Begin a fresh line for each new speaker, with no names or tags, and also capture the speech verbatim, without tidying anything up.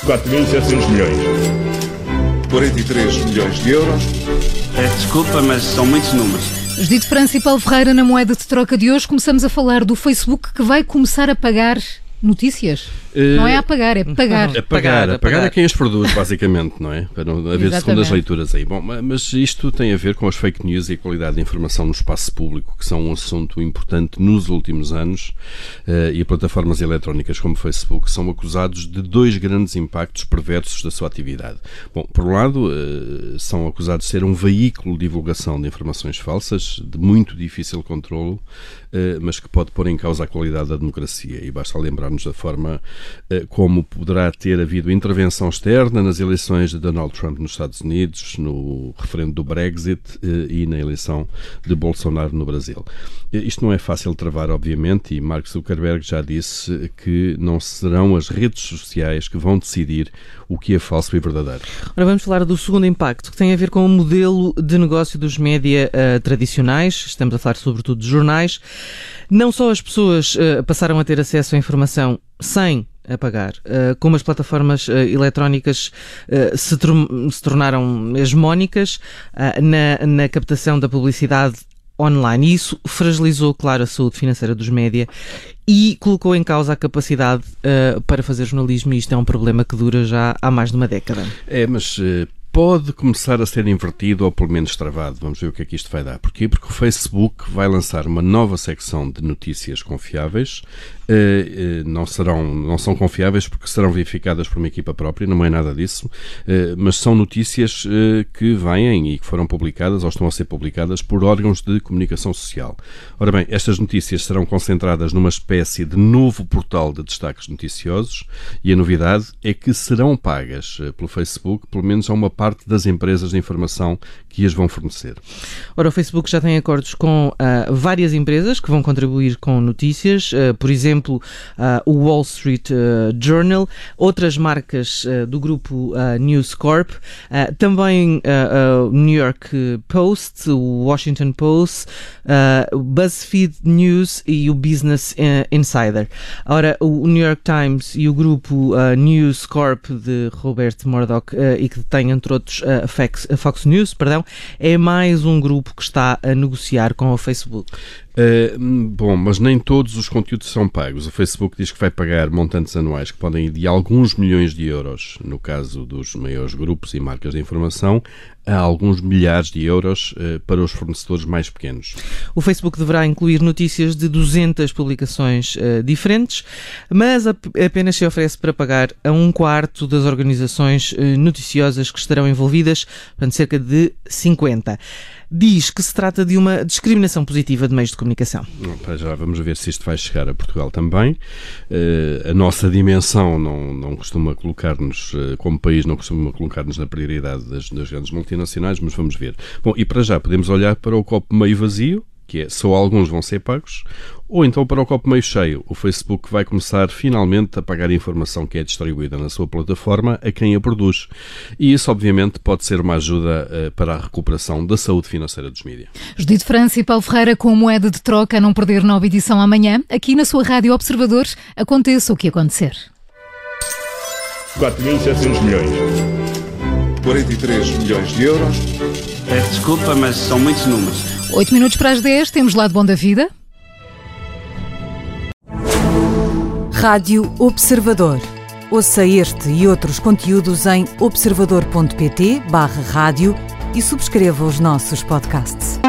quatro mil e setecentos milhões.
quarenta e três milhões de euros.
Peço desculpa, mas são muitos números.
Judite França e Paulo Ferreira, na moeda de troca de hoje, começamos a falar do Facebook, que vai começar a pagar notícias. Uh, não é a pagar, é pagar.
A pagar, a pagar é quem as produz, basicamente, não é? Para não haver Exatamente. segundas leituras aí. Bom, mas isto tem a ver com as fake news e a qualidade de informação no espaço público, que são um assunto importante nos últimos anos, uh, e plataformas eletrónicas como o Facebook são acusados de dois grandes impactos perversos da sua atividade. Bom, por um lado, uh, são acusados de ser um veículo de divulgação de informações falsas, de muito difícil controlo, uh, mas que pode pôr em causa a qualidade da democracia. E basta lembrarmos da forma como poderá ter havido intervenção externa nas eleições de Donald Trump nos Estados Unidos, no referendo do Brexit e na eleição de Bolsonaro no Brasil. Isto não é fácil de travar, obviamente, e Mark Zuckerberg já disse que não serão as redes sociais que vão decidir o que é falso e verdadeiro.
Ora, vamos falar do segundo impacto, que tem a ver com o modelo de negócio dos média uh, tradicionais. Estamos a falar sobretudo de jornais. Não só as pessoas uh, passaram a ter acesso à informação sem a pagar, uh, como as plataformas uh, eletrónicas uh, se, se tornaram hegemónicas uh, na, na captação da publicidade online. E isso fragilizou, claro, a saúde financeira dos média e colocou em causa a capacidade uh, para fazer jornalismo, e isto é um problema que dura já há mais de uma década.
É, mas... Uh... pode começar a ser invertido ou pelo menos travado. Vamos ver o que é que isto vai dar. Porquê? Porque o Facebook vai lançar uma nova secção de notícias confiáveis. Uh, uh, não, serão, não são confiáveis porque serão verificadas por uma equipa própria, não é nada disso, uh, mas são notícias uh, que vêm e que foram publicadas ou estão a ser publicadas por órgãos de comunicação social. Ora bem, estas notícias serão concentradas numa espécie de novo portal de destaques noticiosos, e a novidade é que serão pagas uh, pelo Facebook, pelo menos a uma parte das empresas de informação que as vão fornecer.
Ora, o Facebook já tem acordos com uh, várias empresas que vão contribuir com notícias, uh, por exemplo, uh, o Wall Street uh, Journal, outras marcas uh, do grupo uh, News Corp, uh, também o uh, uh, New York Post, o Washington Post, uh, o BuzzFeed News e o Business Insider. Ora, o New York Times e o grupo uh, News Corp de Robert Murdoch, uh, e que tem, entre outros, a Fox, a Fox News, perdão, é mais um grupo que está a negociar com o Facebook.
Uh, bom, mas nem todos os conteúdos são pagos. O Facebook diz que vai pagar montantes anuais que podem ir de alguns milhões de euros, no caso dos maiores grupos e marcas de informação, a alguns milhares de euros uh, para os fornecedores mais pequenos.
O Facebook deverá incluir notícias de duzentas publicações uh, diferentes, mas ap- apenas se oferece para pagar a um quarto das organizações uh, noticiosas que estarão envolvidas, portanto cerca de cinquenta. Diz que se trata de uma discriminação positiva de meios de comunicação.
Não, já vamos ver se isto vai chegar a Portugal também. Uh, a nossa dimensão não, não costuma colocar-nos, uh, como país, não costuma colocar-nos na prioridade das, das grandes multinacionais, mas vamos ver. Bom, e para já podemos olhar para o copo meio vazio, que é só alguns vão ser pagos, ou então para o copo meio cheio. O Facebook vai começar finalmente a pagar a informação que é distribuída na sua plataforma a quem a produz. E isso, obviamente, pode ser uma ajuda uh, para a recuperação da saúde financeira dos mídias.
Judite França e Paulo Ferreira com a moeda de troca, a não perder nova edição amanhã, aqui na sua Rádio Observador, aconteça o que acontecer.
quatro mil e setecentos milhões.
quarenta e três milhões de euros.
Peço desculpa, mas são muitos números.
oito minutos para as dez, temos Lado Bom da Vida.
Rádio Observador. Ouça este e outros conteúdos em observador ponto pt barra rádio e subscreva os nossos podcasts.